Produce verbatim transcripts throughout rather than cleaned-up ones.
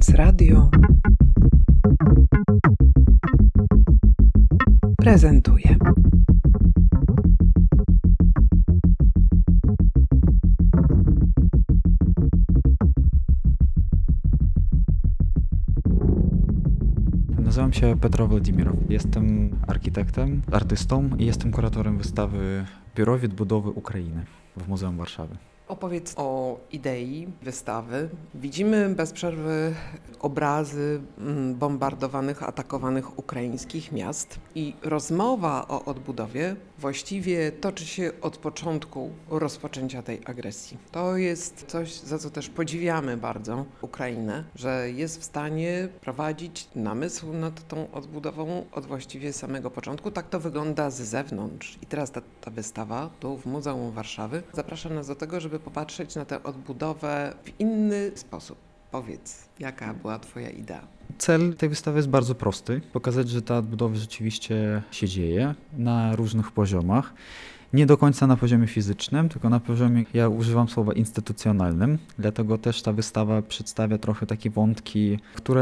S Radio prezentuje. Nazywam się Petro Władimirow. Jestem architektem, artystą i jestem kuratorem wystawy Biuro Відбудови України w Muzeum Warszawy. Opowiedz o idei wystawy. Widzimy bez przerwy obrazy bombardowanych, atakowanych ukraińskich miast i rozmowa o odbudowie właściwie toczy się od początku rozpoczęcia tej agresji. To jest coś, za co też podziwiamy bardzo Ukrainę, że jest w stanie prowadzić namysł nad tą odbudową od właściwie samego początku. Tak to wygląda z zewnątrz. I teraz ta, ta wystawa tu w Muzeum Warszawy zaprasza nas do tego, żeby popatrzeć na tę odbudowę w inny sposób. Powiedz, jaka była Twoja idea? Cel tej wystawy jest bardzo prosty. Pokazać, że ta odbudowa rzeczywiście się dzieje na różnych poziomach. Nie do końca na poziomie fizycznym, tylko na poziomie, ja używam słowa instytucjonalnym, dlatego też ta wystawa przedstawia trochę takie wątki, które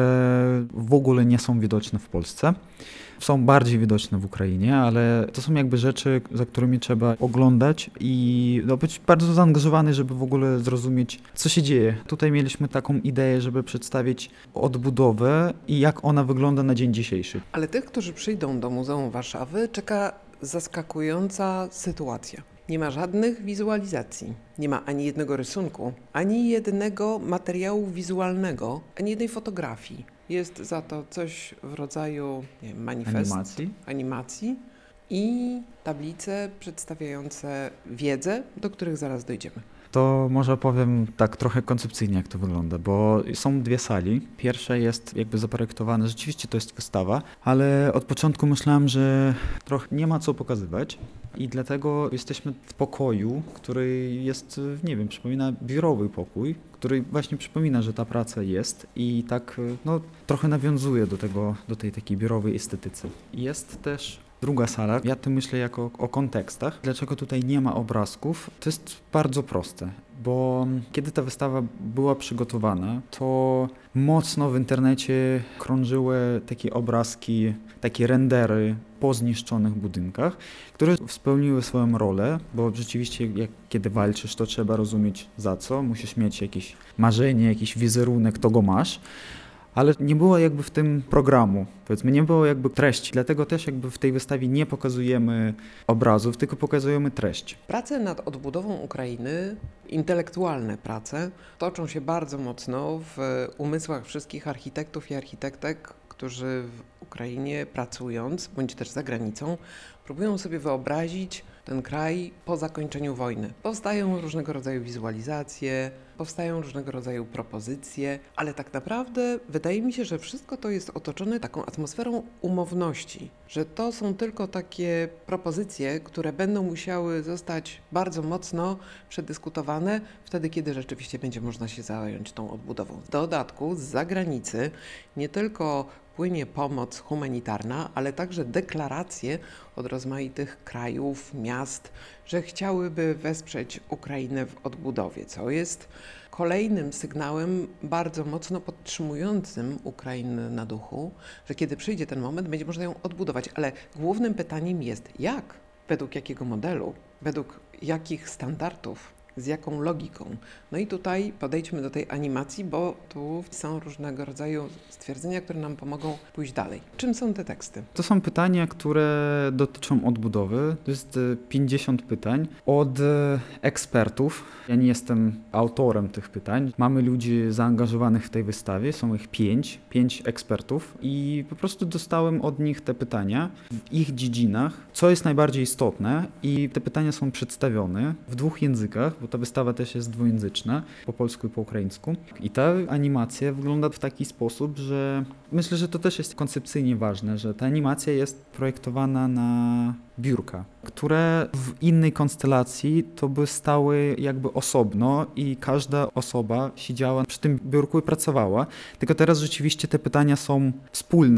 w ogóle nie są widoczne w Polsce. Są bardziej widoczne w Ukrainie, ale to są jakby rzeczy, za którymi trzeba oglądać i no, być bardzo zaangażowany, żeby w ogóle zrozumieć, co się dzieje. Tutaj mieliśmy taką ideę, żeby przedstawić odbudowę i jak ona wygląda na dzień dzisiejszy. Ale tych, którzy przyjdą do Muzeum Warszawy, czeka zaskakująca sytuacja. Nie ma żadnych wizualizacji, nie ma ani jednego rysunku, ani jednego materiału wizualnego, ani jednej fotografii. Jest za to coś w rodzaju nie wiem, manifest, Animacji. animacji i tablice przedstawiające wiedzę, do których zaraz dojdziemy. To może powiem tak trochę koncepcyjnie, jak to wygląda, bo są dwie sali. Pierwsza jest jakby zaprojektowana, rzeczywiście to jest wystawa, ale od początku myślałem, że trochę nie ma co pokazywać i dlatego jesteśmy w pokoju, który jest, nie wiem, przypomina biurowy pokój, który właśnie przypomina, że ta praca jest i tak no, trochę nawiązuje do tego, do tej takiej biurowej estetyce. Jest też druga sala, ja tu myślę jako o kontekstach. Dlaczego tutaj nie ma obrazków? To jest bardzo proste, bo kiedy ta wystawa była przygotowana, to mocno w internecie krążyły takie obrazki, takie rendery po zniszczonych budynkach, które spełniły swoją rolę, bo rzeczywiście jak kiedy walczysz, to trzeba rozumieć za co, musisz mieć jakieś marzenie, jakiś wizerunek, to go masz. Ale nie było jakby w tym programu, powiedzmy, nie było jakby treści, dlatego też jakby w tej wystawie nie pokazujemy obrazów, tylko pokazujemy treść. Prace nad odbudową Ukrainy, intelektualne prace, toczą się bardzo mocno w umysłach wszystkich architektów i architektek, którzy w Ukrainie pracując, bądź też za granicą, próbują sobie wyobrazić ten kraj po zakończeniu wojny. Powstają różnego rodzaju wizualizacje, powstają różnego rodzaju propozycje, ale tak naprawdę wydaje mi się, że wszystko to jest otoczone taką atmosferą umowności, że to są tylko takie propozycje, które będą musiały zostać bardzo mocno przedyskutowane wtedy, kiedy rzeczywiście będzie można się zająć tą odbudową. W dodatku z zagranicy nie tylko płynie pomoc humanitarna, ale także deklaracje od rozmaitych krajów, miast, że chciałyby wesprzeć Ukrainę w odbudowie, co jest kolejnym sygnałem bardzo mocno podtrzymującym Ukrainę na duchu, że kiedy przyjdzie ten moment, będzie można ją odbudować. Ale głównym pytaniem jest jak? Według jakiego modelu? Według jakich standardów? Z jaką logiką? No i tutaj podejdźmy do tej animacji, bo tu są różnego rodzaju stwierdzenia, które nam pomogą pójść dalej. Czym są te teksty? To są pytania, które dotyczą odbudowy. To jest pięćdziesiąt pytań od ekspertów. Ja nie jestem autorem tych pytań. Mamy ludzi zaangażowanych w tej wystawie, są ich pięć, pięć ekspertów i po prostu dostałem od nich te pytania w ich dziedzinach, co jest najbardziej istotne i te pytania są przedstawione w dwóch językach, bo ta wystawa też jest dwujęzyczna, po polsku i po ukraińsku. I ta animacja wygląda w taki sposób, że myślę, że to też jest koncepcyjnie ważne, że ta animacja jest projektowana na biurka, które w innej konstelacji to by stały jakby osobno i każda osoba siedziała przy tym biurku i pracowała. Tylko teraz rzeczywiście te pytania są wspólne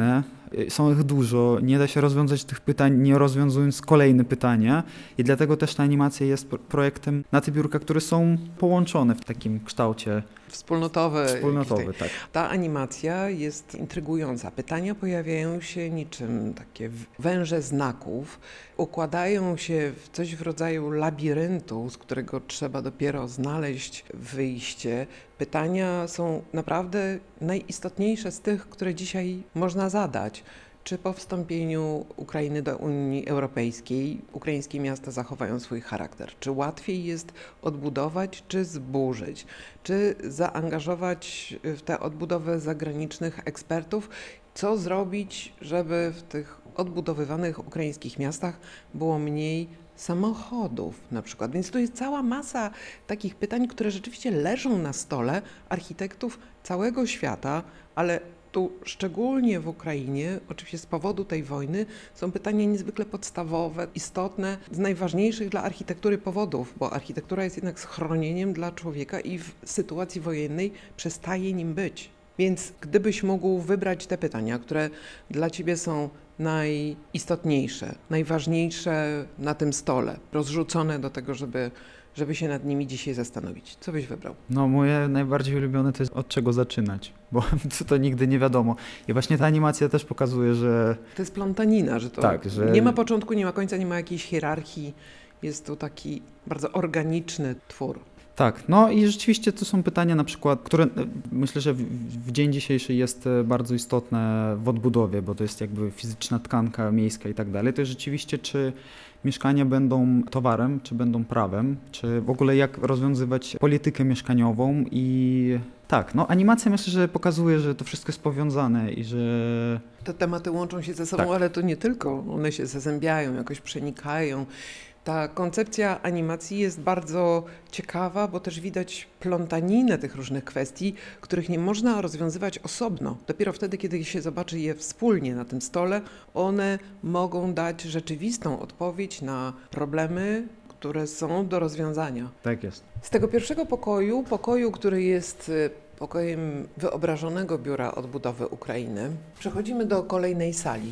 y, są ich dużo, nie da się rozwiązać tych pytań, nie rozwiązując kolejne pytania i dlatego też ta animacja jest pro- projektem na te biurka, które są połączone w takim kształcie Wspólnotowe. wspólnotowym. Tak. Ta animacja jest intrygująca. Pytania pojawiają się niczym takie w- węże znaków, układają się w coś w rodzaju labiryntu, z którego trzeba dopiero znaleźć wyjście. Pytania są naprawdę najistotniejsze z tych, które dzisiaj można zadać. Czy po wstąpieniu Ukrainy do Unii Europejskiej ukraińskie miasta zachowają swój charakter? Czy łatwiej jest odbudować, czy zburzyć? Czy zaangażować w tę odbudowę zagranicznych ekspertów? Co zrobić, żeby w tych odbudowywanych ukraińskich miastach było mniej samochodów na przykład? Więc tu jest cała masa takich pytań, które rzeczywiście leżą na stole architektów całego świata, ale tu szczególnie w Ukrainie, oczywiście z powodu tej wojny, są pytania niezwykle podstawowe, istotne, z najważniejszych dla architektury powodów, bo architektura jest jednak schronieniem dla człowieka i w sytuacji wojennej przestaje nim być. Więc gdybyś mógł wybrać te pytania, które dla Ciebie są najistotniejsze, najważniejsze na tym stole, rozrzucone do tego, żeby, żeby się nad nimi dzisiaj zastanowić, co byś wybrał? No moje najbardziej ulubione to jest od czego zaczynać, bo to, to nigdy nie wiadomo. I właśnie ta animacja też pokazuje, że To jest plątanina, że to Tak, że- nie ma początku, nie ma końca, nie ma jakiejś hierarchii. Jest to taki bardzo organiczny twór. tak, no i rzeczywiście to są pytania na przykład, które e, myślę, że w, w dzień dzisiejszy jest e, bardzo istotne w odbudowie, bo to jest jakby fizyczna tkanka miejska i tak dalej. To jest rzeczywiście, czy mieszkania będą towarem, czy będą prawem, czy w ogóle jak rozwiązywać politykę mieszkaniową i tak, no animacja myślę, że pokazuje, że to wszystko jest powiązane i że Te tematy łączą się ze sobą, Tak. ale to nie tylko. One się zazębiają, jakoś przenikają. Ta koncepcja animacji jest bardzo ciekawa, bo też widać plątaninę tych różnych kwestii, których nie można rozwiązywać osobno. Dopiero wtedy, kiedy się zobaczy je wspólnie na tym stole, one mogą dać rzeczywistą odpowiedź na problemy, które są do rozwiązania. tak jest. Z tego pierwszego pokoju, pokoju, który jest y, pokojem wyobrażonego Biura Odbudowy Ukrainy, przechodzimy do kolejnej sali.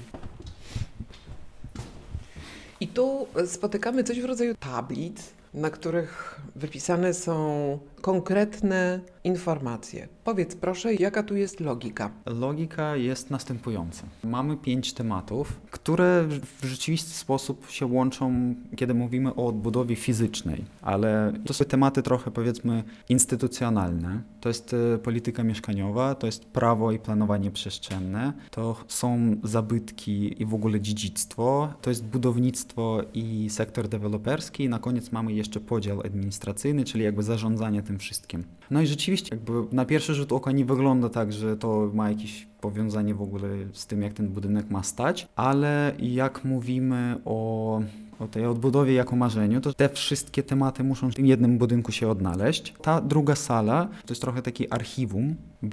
I tu spotykamy coś w rodzaju tablic, na których wypisane są konkretne informacje. Powiedz proszę, jaka tu jest logika? Logika jest następująca. Mamy pięć tematów, które w rzeczywisty sposób się łączą, kiedy mówimy o odbudowie fizycznej, ale to są tematy trochę powiedzmy instytucjonalne. To jest e, polityka mieszkaniowa, to jest prawo i planowanie przestrzenne, to są zabytki i w ogóle dziedzictwo, to jest budownictwo i sektor deweloperski i na koniec mamy jeszcze podział administracyjny, czyli jakby zarządzanie tym wszystkim. No i rzeczywiście jakby na pierwszy rzut oka nie wygląda tak, że to ma jakieś powiązanie w ogóle z tym, jak ten budynek ma stać, ale jak mówimy o, o tej odbudowie jako marzeniu, to te wszystkie tematy muszą w tym jednym budynku się odnaleźć. Ta druga sala to jest trochę taki archiwum,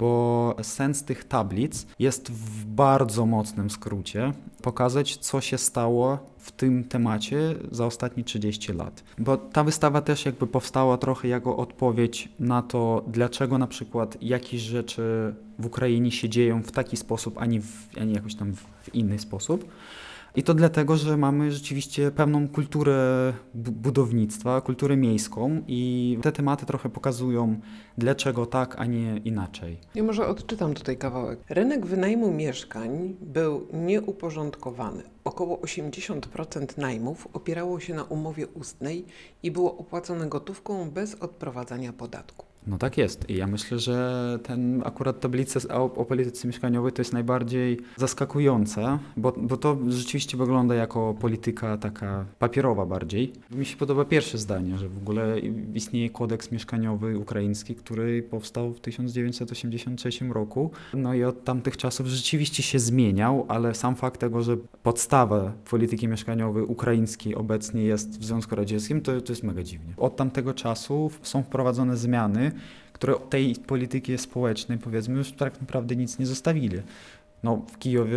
bo sens tych tablic jest w bardzo mocnym skrócie pokazać, co się stało w tym temacie za ostatnie trzydzieści lat. Bo ta wystawa też jakby powstała trochę jako odpowiedź na to, dlaczego na przykład jakieś rzeczy w Ukrainie się dzieją w taki sposób, a nie, w, a nie jakoś tam w inny sposób. I to dlatego, że mamy rzeczywiście pewną kulturę bu- budownictwa, kulturę miejską i te tematy trochę pokazują, dlaczego tak, a nie inaczej. Ja może odczytam tutaj kawałek. Rynek wynajmu mieszkań był nieuporządkowany. Około osiemdziesiąt procent najmów opierało się na umowie ustnej i było opłacone gotówką bez odprowadzania podatku. No tak jest. I ja myślę, że ten akurat tablica z- o, o polityce mieszkaniowej to jest najbardziej zaskakująca, bo, bo to rzeczywiście wygląda jako polityka taka papierowa bardziej. Mi się podoba pierwsze zdanie, że w ogóle istnieje kodeks mieszkaniowy ukraiński, który powstał w tysiąc dziewięćset osiemdziesiątym trzecim roku. No i od tamtych czasów rzeczywiście się zmieniał, ale sam fakt tego, że podstawa polityki mieszkaniowej ukraińskiej obecnie jest w Związku Radzieckim, to, to jest mega dziwnie. Od tamtego czasu są wprowadzone zmiany, które od tej polityki społecznej, powiedzmy, już tak naprawdę nic nie zostawili. No, w Kijowie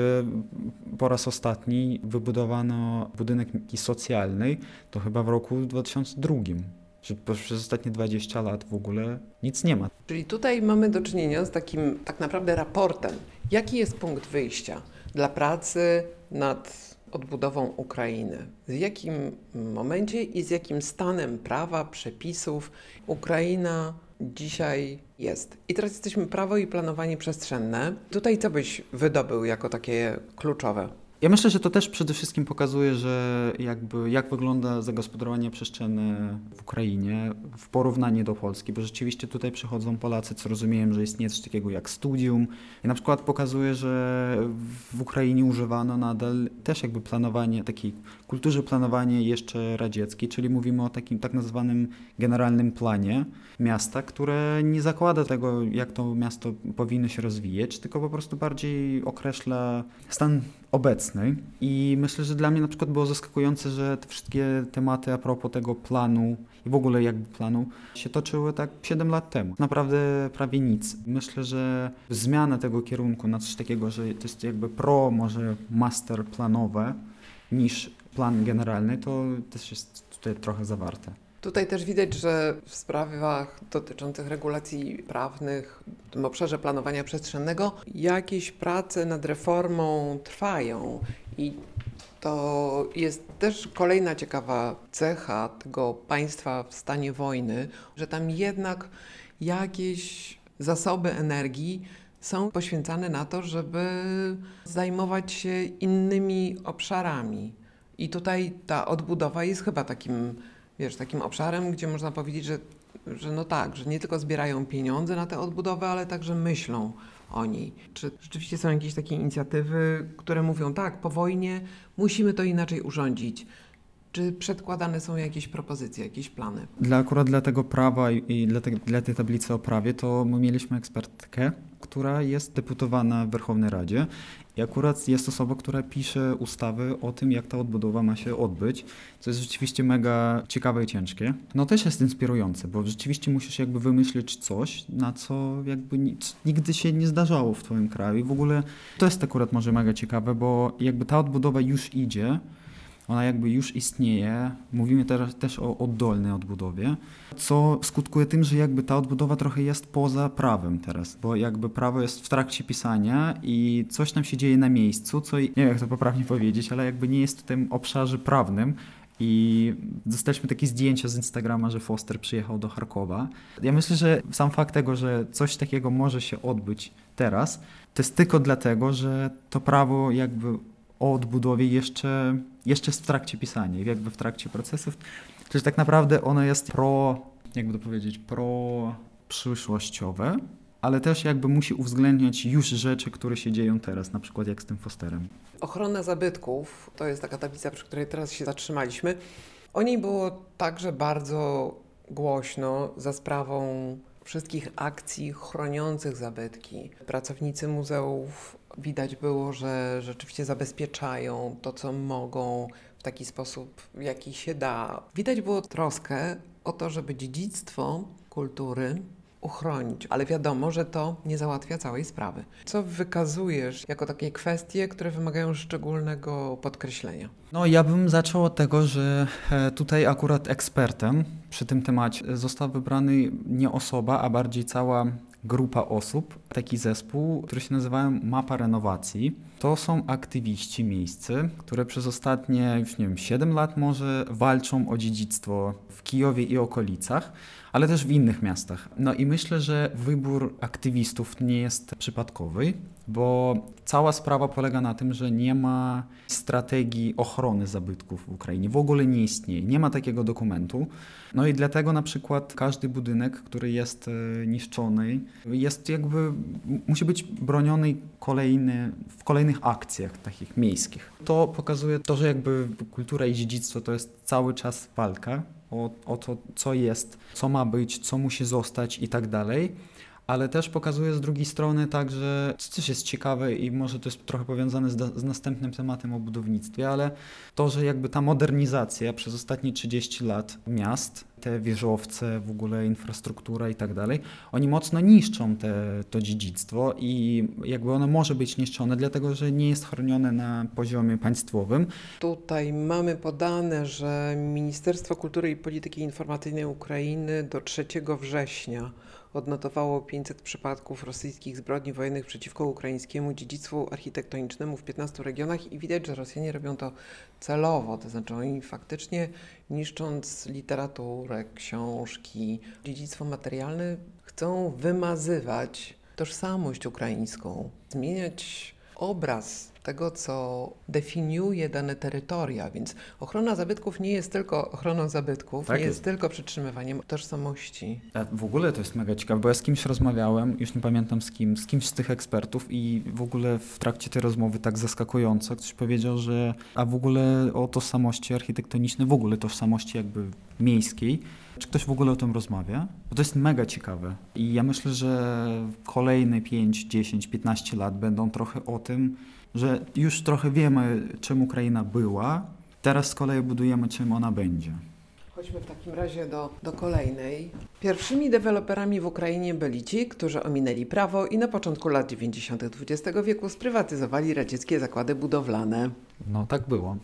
po raz ostatni wybudowano budynek socjalny, to chyba w roku dwa tysiące drugim. Że przez ostatnie dwadzieścia lat w ogóle nic nie ma. Czyli tutaj mamy do czynienia z takim tak naprawdę raportem. Jaki jest punkt wyjścia? dla pracy nad odbudową Ukrainy. W jakim momencie i z jakim stanem prawa, przepisów Ukraina dzisiaj jest? I teraz jesteśmy prawo i planowanie przestrzenne. Tutaj co byś wydobył jako takie kluczowe? Ja myślę, że to też przede wszystkim pokazuje, że jakby jak wygląda zagospodarowanie przestrzenne w Ukrainie w porównaniu do Polski, bo rzeczywiście tutaj przychodzą Polacy, co rozumiem, że istnieje coś takiego jak studium i na przykład pokazuje, że w Ukrainie używano nadal też jakby planowanie, takiej kulturze planowania jeszcze radzieckiej, czyli mówimy o takim tak nazwanym generalnym planie miasta, które nie zakłada tego, jak to miasto powinno się rozwijać, tylko po prostu bardziej określa stan obecny. I myślę, że dla mnie na przykład było zaskakujące, że te wszystkie tematy a propos tego planu i w ogóle jakby planu się toczyły tak siedem lat temu. Naprawdę prawie nic. Myślę, że zmiana tego kierunku na coś takiego, że to jest jakby pro, może master planowe niż plan generalny, to też jest tutaj trochę zawarte. Tutaj też widać, że w sprawach dotyczących regulacji prawnych w tym obszarze planowania przestrzennego jakieś prace nad reformą trwają i to jest też kolejna ciekawa cecha tego państwa w stanie wojny, że tam jednak jakieś zasoby energii są poświęcane na to, żeby zajmować się innymi obszarami. I tutaj ta odbudowa jest chyba takim Wiesz, takim obszarem, gdzie można powiedzieć, że, że no tak, że nie tylko zbierają pieniądze na tę odbudowę, ale także myślą o niej. Czy rzeczywiście są jakieś takie inicjatywy, które mówią, tak, po wojnie musimy to inaczej urządzić? Czy przedkładane są jakieś propozycje, jakieś plany? Dla, akurat dla tego prawa i, i dla, te, dla tej tablicy o prawie, to my mieliśmy ekspertkę, która jest deputowana w Werchownej Radzie i akurat jest osoba, która pisze ustawy o tym, jak ta odbudowa ma się odbyć, co jest rzeczywiście mega ciekawe i ciężkie. No też jest inspirujące, bo rzeczywiście musisz jakby wymyślić coś, na co jakby nic, nigdy się nie zdarzało w twoim kraju i w ogóle to jest akurat może mega ciekawe, bo jakby ta odbudowa już idzie, ona jakby już istnieje. Mówimy teraz też o oddolnej odbudowie, co skutkuje tym, że jakby ta odbudowa trochę jest poza prawem teraz, bo jakby prawo jest w trakcie pisania i coś tam się dzieje na miejscu, co nie wiem jak to poprawnie powiedzieć, ale jakby nie jest w tym obszarze prawnym. I dostaliśmy takie zdjęcia z Instagrama, że Foster przyjechał do Charkowa. Ja myślę, że sam fakt tego, że coś takiego może się odbyć teraz, to jest tylko dlatego, że to prawo jakby o odbudowie jeszcze, jeszcze jest w trakcie pisania, jakby w trakcie procesów. Czyli tak naprawdę ono jest pro, jakby to powiedzieć, pro przyszłościowe, ale też jakby musi uwzględniać już rzeczy, które się dzieją teraz, na przykład jak z tym Fosterem. Ochrona zabytków, to jest taka tablica, przy której teraz się zatrzymaliśmy. O niej było także bardzo głośno za sprawą wszystkich akcji chroniących zabytki. Pracownicy muzeów widać było, że rzeczywiście zabezpieczają to, co mogą w taki sposób, w jaki się da. Widać było troskę o to, żeby dziedzictwo kultury uchronić, ale wiadomo, że to nie załatwia całej sprawy. Co wykazujesz jako takie kwestie, które wymagają szczególnego podkreślenia? No ja bym zaczął od tego, że tutaj akurat ekspertem przy tym temacie został wybrany nie osoba, a bardziej cała grupa osób, taki zespół, który się nazywa Mapa Renowacji. To są aktywiści miejscy, które przez ostatnie już nie wiem, siedem lat może walczą o dziedzictwo w Kijowie i okolicach, ale też w innych miastach. No i myślę, że wybór aktywistów nie jest przypadkowy, bo cała sprawa polega na tym, że nie ma strategii ochrony zabytków w Ukrainie. W ogóle nie istnieje, nie ma takiego dokumentu. No i dlatego na przykład każdy budynek, który jest niszczony, jest jakby, musi być broniony kolejny, w kolejnych akcjach takich miejskich. To pokazuje to, że jakby kultura i dziedzictwo to jest cały czas walka o, o to, co jest, co ma być, co musi zostać i tak dalej. Ale też pokazuje z drugiej strony tak, że co też jest ciekawe i może to jest trochę powiązane z, z następnym tematem o budownictwie, ale to, że jakby ta modernizacja przez ostatnie trzydzieści lat miast, te wieżowce, w ogóle infrastruktura i tak dalej, oni mocno niszczą te, to dziedzictwo i jakby ono może być niszczone, dlatego że nie jest chronione na poziomie państwowym. Tutaj mamy podane, że Ministerstwo Kultury i Polityki Informacyjnej Ukrainy do trzeciego września odnotowało pięćset przypadków rosyjskich zbrodni wojennych przeciwko ukraińskiemu dziedzictwu architektonicznemu w piętnastu regionach i widać, że Rosjanie robią to celowo, to znaczy oni faktycznie niszcząc literaturę, książki, dziedzictwo materialne chcą wymazywać tożsamość ukraińską, zmieniać obraz tego, co definiuje dane terytoria, więc ochrona zabytków nie jest tylko ochroną zabytków, Tak nie jest. jest. tylko przytrzymywaniem tożsamości. A w ogóle to jest mega ciekawe, bo ja z kimś rozmawiałem, już nie pamiętam z kim, z kimś z tych ekspertów i w ogóle w trakcie tej rozmowy tak zaskakująco ktoś powiedział, że a w ogóle o tożsamości architektonicznej, w ogóle tożsamości jakby miejskiej, czy ktoś w ogóle o tym rozmawia? Bo to jest mega ciekawe i ja myślę, że kolejne pięć, dziesięć, piętnaście lat będą trochę o tym, że już trochę wiemy, czym Ukraina była, teraz z kolei budujemy, czym ona będzie. Chodźmy w takim razie do, do kolejnej. Pierwszymi deweloperami w Ukrainie byli ci, którzy ominęli prawo i na początku lat dziewięćdziesiątych dwudziestego wieku sprywatyzowali radzieckie zakłady budowlane. No tak było.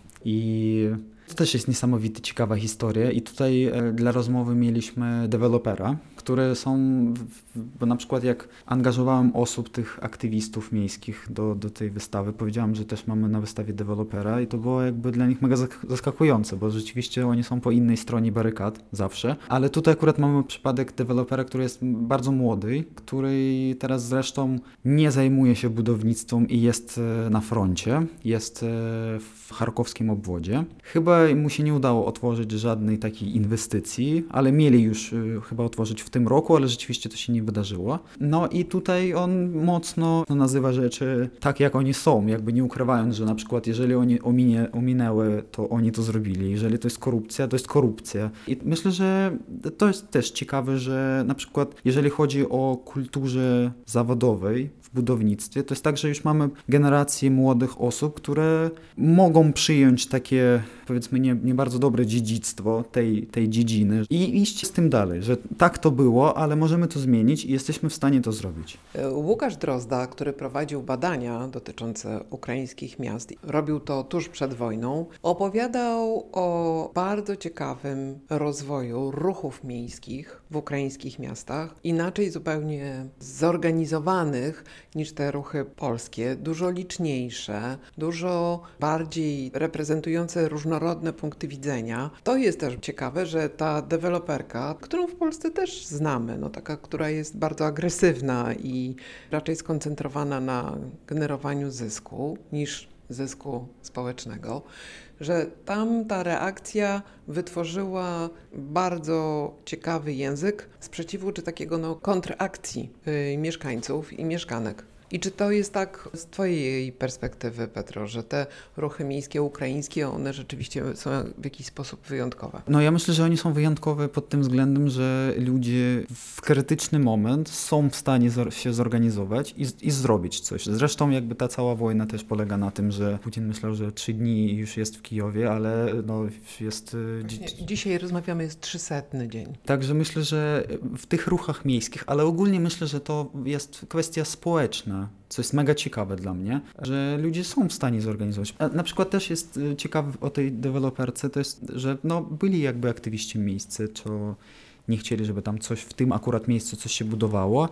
I to też jest niesamowita, ciekawa historia i tutaj e, dla rozmowy mieliśmy dewelopera, które są, w- bo na przykład jak angażowałem osób, tych aktywistów miejskich do, do tej wystawy, powiedziałem, że też mamy na wystawie dewelopera i to było jakby dla nich mega zak- zaskakujące, bo rzeczywiście oni są po innej stronie barykad zawsze, ale tutaj akurat mamy przypadek dewelopera, który jest bardzo młody, który teraz zresztą nie zajmuje się budownictwem i jest e, na froncie, jest e, w charkowskim obwodzie. Chyba mu się nie udało otworzyć żadnej takiej inwestycji, ale mieli już y, chyba otworzyć w tym roku, ale rzeczywiście to się nie wydarzyło. No i tutaj on mocno nazywa rzeczy tak, jak oni są, jakby nie ukrywając, że na przykład jeżeli oni ominie, ominęły, to oni to zrobili. Jeżeli to jest korupcja, to jest korupcja. I myślę, że to jest też ciekawe, że na przykład jeżeli chodzi o kulturze zawodowej w budownictwie, to jest tak, że już mamy generację młodych osób, które mogą przyjąć takie, powiedzmy, nie, nie bardzo dobre dziedzictwo tej, tej dziedziny i iść z tym dalej, że tak to było, ale możemy to zmienić i jesteśmy w stanie to zrobić. Łukasz Drozda, który prowadził badania dotyczące ukraińskich miast, robił to tuż przed wojną, opowiadał o bardzo ciekawym rozwoju ruchów miejskich w ukraińskich miastach, inaczej zupełnie zorganizowanych niż te ruchy polskie, dużo liczniejsze, dużo bardziej reprezentujące różnorodne punkty widzenia. To jest też ciekawe, że ta deweloperka, którą w Polsce też znamy, no taka, która jest bardzo agresywna i raczej skoncentrowana na generowaniu zysku niż zysku społecznego, że tam ta reakcja wytworzyła bardzo ciekawy język sprzeciwu czy takiego no, kontrakcji y, mieszkańców i mieszkanek. I czy to jest tak z Twojej perspektywy, Petro, że te ruchy miejskie ukraińskie, one rzeczywiście są w jakiś sposób wyjątkowe? No ja myślę, że oni są wyjątkowe pod tym względem, że ludzie w krytyczny moment są w stanie zor- się zorganizować i, z- i zrobić coś. Zresztą jakby ta cała wojna też polega na tym, że Putin myślał, że trzy dni już jest w Kijowie, ale no jest... y, dzi- Właśnie dzisiaj rozmawiamy, jest trzysetny dzień. Także myślę, że w tych ruchach miejskich, ale ogólnie myślę, że to jest kwestia społeczna, co jest mega ciekawe dla mnie, że ludzie są w stanie zorganizować. A na przykład też jest y, ciekawe o tej deweloperce, to jest, że no, byli jakby aktywiści miejscy, co nie chcieli, żeby tam coś w tym akurat miejscu coś się budowało.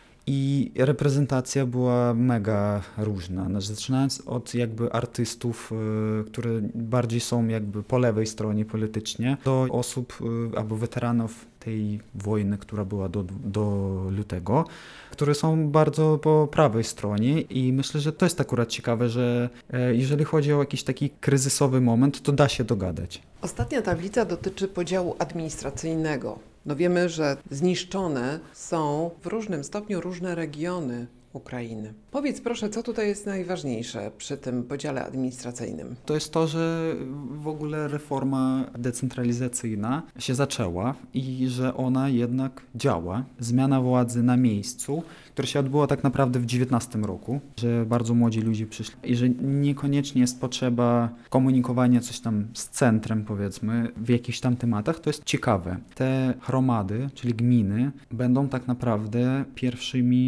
I reprezentacja była mega różna, Znaczy, zaczynając od jakby artystów, y, które bardziej są jakby po lewej stronie politycznie, do osób y, albo weteranów tej wojny, która była do, do lutego, które są bardzo po prawej stronie i myślę, że to jest akurat ciekawe, że e, jeżeli chodzi o jakiś taki kryzysowy moment, to da się dogadać. Ostatnia tablica dotyczy podziału administracyjnego. No wiemy, że zniszczone są w różnym stopniu różne regiony Ukrainy. Powiedz proszę, co tutaj jest najważniejsze przy tym podziale administracyjnym? To jest to, że w ogóle reforma decentralizacyjna się zaczęła i że ona jednak działa. Zmiana władzy na miejscu, która się odbyła tak naprawdę w dziewiętnastym roku, że bardzo młodzi ludzie przyszli i że niekoniecznie jest potrzeba komunikowania coś tam z centrem, powiedzmy, w jakichś tam tematach, to jest ciekawe. Te hromady, czyli gminy, będą tak naprawdę pierwszymi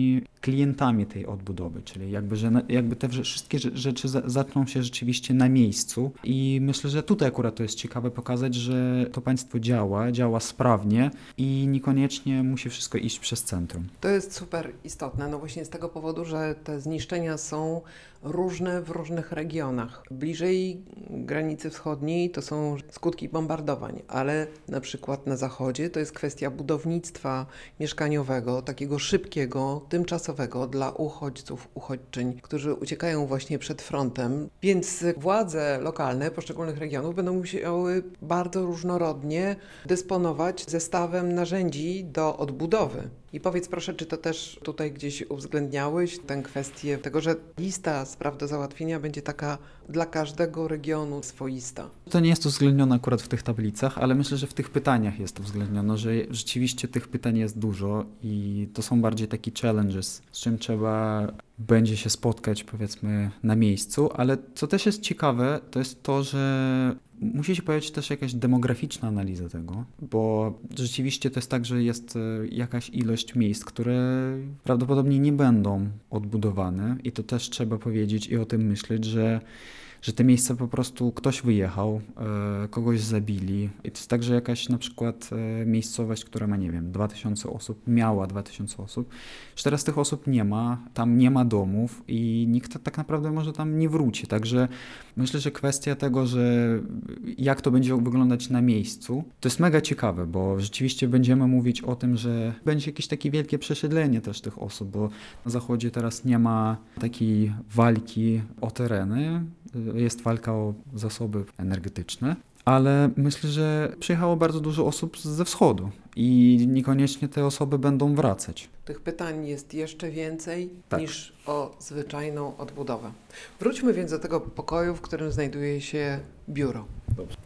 klientami tej odbudowy, czyli jakby, że na- jakby te wrze- wszystkie rze- rzeczy za- zaczną się rzeczywiście na miejscu i myślę, że tutaj akurat to jest ciekawe pokazać, że to państwo działa, działa sprawnie i niekoniecznie musi wszystko iść przez centrum. To jest super istotne, no właśnie z tego powodu, że te zniszczenia są różne w różnych regionach. Bliżej granicy wschodniej to są skutki bombardowań, ale na przykład na zachodzie to jest kwestia budownictwa mieszkaniowego, takiego szybkiego, tymczasowego dla uchodźców, uchodźczyń, którzy uciekają właśnie przed frontem. Więc władze lokalne poszczególnych regionów będą musiały bardzo różnorodnie dysponować zestawem narzędzi do odbudowy. I powiedz proszę, czy to też tutaj gdzieś uwzględniałeś tę kwestię tego, że lista spraw do załatwienia będzie taka dla każdego regionu swoista? To nie jest uwzględnione akurat w tych tablicach, ale myślę, że w tych pytaniach jest uwzględnione, że rzeczywiście tych pytań jest dużo i to są bardziej takie challenges, z czym trzeba będzie się spotkać powiedzmy na miejscu, ale co też jest ciekawe, to jest to, że musi się pojawić też jakaś demograficzna analiza tego, bo rzeczywiście to jest tak, że jest e, jakaś ilość miejsc, które prawdopodobnie nie będą odbudowane i to też trzeba powiedzieć i o tym myśleć, że że te miejsca po prostu ktoś wyjechał, e, kogoś zabili. I to jest tak, że jakaś na przykład e, miejscowość, która ma, nie wiem, dwa tysiące osób, miała dwa tysiące osób, już teraz tych osób nie ma, tam nie ma domów i nikt tak naprawdę może tam nie wróci. Także myślę, że kwestia tego, że jak to będzie wyglądać na miejscu, to jest mega ciekawe, bo rzeczywiście będziemy mówić o tym, że będzie jakieś takie wielkie przesiedlenie też tych osób, bo na zachodzie teraz nie ma takiej walki o tereny, jest walka o zasoby energetyczne, ale myślę, że przyjechało bardzo dużo osób ze wschodu i niekoniecznie te osoby będą wracać. Tych pytań jest jeszcze więcej Tak. niż o zwyczajną odbudowę. Wróćmy więc do tego pokoju, w którym znajduje się biuro. Dobrze.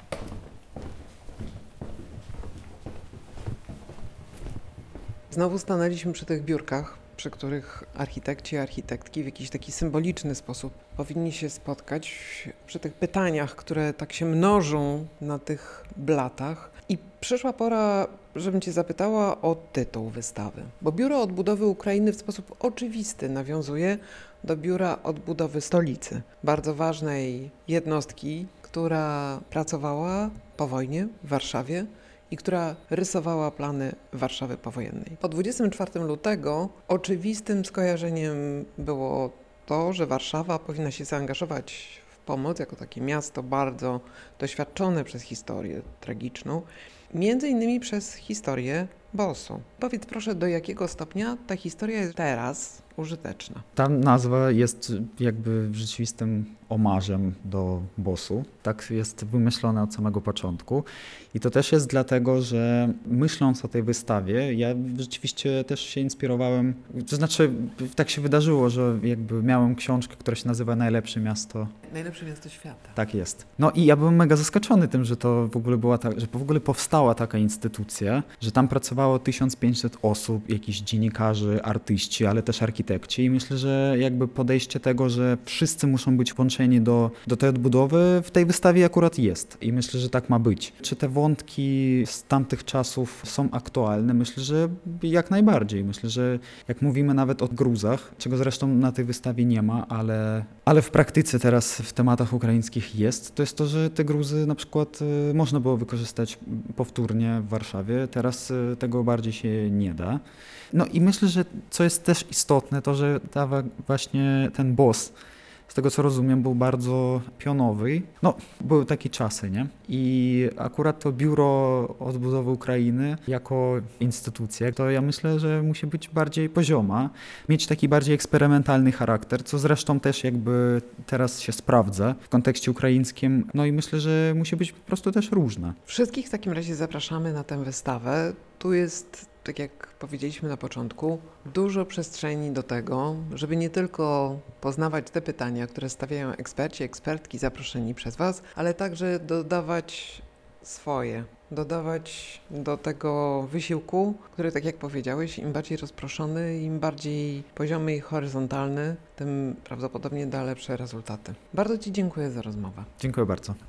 Znowu stanęliśmy przy tych biurkach, przy których architekci i architektki w jakiś taki symboliczny sposób powinni się spotkać, przy tych pytaniach, które tak się mnożą na tych blatach. I przyszła pora, żebym Cię zapytała o tytuł wystawy, bo Biuro Odbudowy Ukrainy w sposób oczywisty nawiązuje do Biura Odbudowy Stolicy, bardzo ważnej jednostki, która pracowała po wojnie w Warszawie i która rysowała plany Warszawy powojennej. Po dwudziestego czwartego lutego oczywistym skojarzeniem było to, że Warszawa powinna się zaangażować w pomoc jako takie miasto bardzo doświadczone przez historię tragiczną, między innymi przez historię B O S-u. Powiedz proszę, do jakiego stopnia ta historia jest teraz użyteczna? Ta nazwa jest jakby rzeczywistym omarzem do B O S-u. Tak jest wymyślona od samego początku. I to też jest dlatego, że myśląc o tej wystawie, ja rzeczywiście też się inspirowałem, to znaczy tak się wydarzyło, że jakby miałem książkę, która się nazywa Najlepsze miasto. Najlepsze miasto świata. Tak jest. No i ja byłem mega zaskoczony tym, że to w ogóle była ta, że w ogóle powstała taka instytucja, że tam pracowało tysiąc pięćset osób, jakichś dziennikarzy, artyści, ale też architekci i myślę, że jakby podejście tego, że wszyscy muszą być włączeni do, do tej odbudowy w tej wystawie akurat jest i myślę, że tak ma być. Czy te wątki z tamtych czasów są aktualne? Myślę, że jak najbardziej. Myślę, że jak mówimy nawet o gruzach, czego zresztą na tej wystawie nie ma, ale, ale w praktyce teraz w tematach ukraińskich jest, to jest to, że te gruzy na przykład y, można było wykorzystać powtórnie w Warszawie, teraz y, tego bardziej się nie da. No i myślę, że co jest też istotne, to że ta wa- właśnie ten B O S, z tego co rozumiem, był bardzo pionowy. No, były takie czasy, nie? I akurat to Biuro Odbudowy Ukrainy jako instytucja, to ja myślę, że musi być bardziej pozioma, mieć taki bardziej eksperymentalny charakter, co zresztą też jakby teraz się sprawdza w kontekście ukraińskim. No i myślę, że musi być po prostu też różna. Wszystkich w takim razie zapraszamy na tę wystawę. Tu jest, tak jak powiedzieliśmy na początku, dużo przestrzeni do tego, żeby nie tylko poznawać te pytania, które stawiają eksperci, ekspertki zaproszeni przez Was, ale także dodawać swoje, dodawać do tego wysiłku, który, tak jak powiedziałeś, im bardziej rozproszony, im bardziej poziomy i horyzontalny, tym prawdopodobnie da lepsze rezultaty. Bardzo Ci dziękuję za rozmowę. Dziękuję bardzo.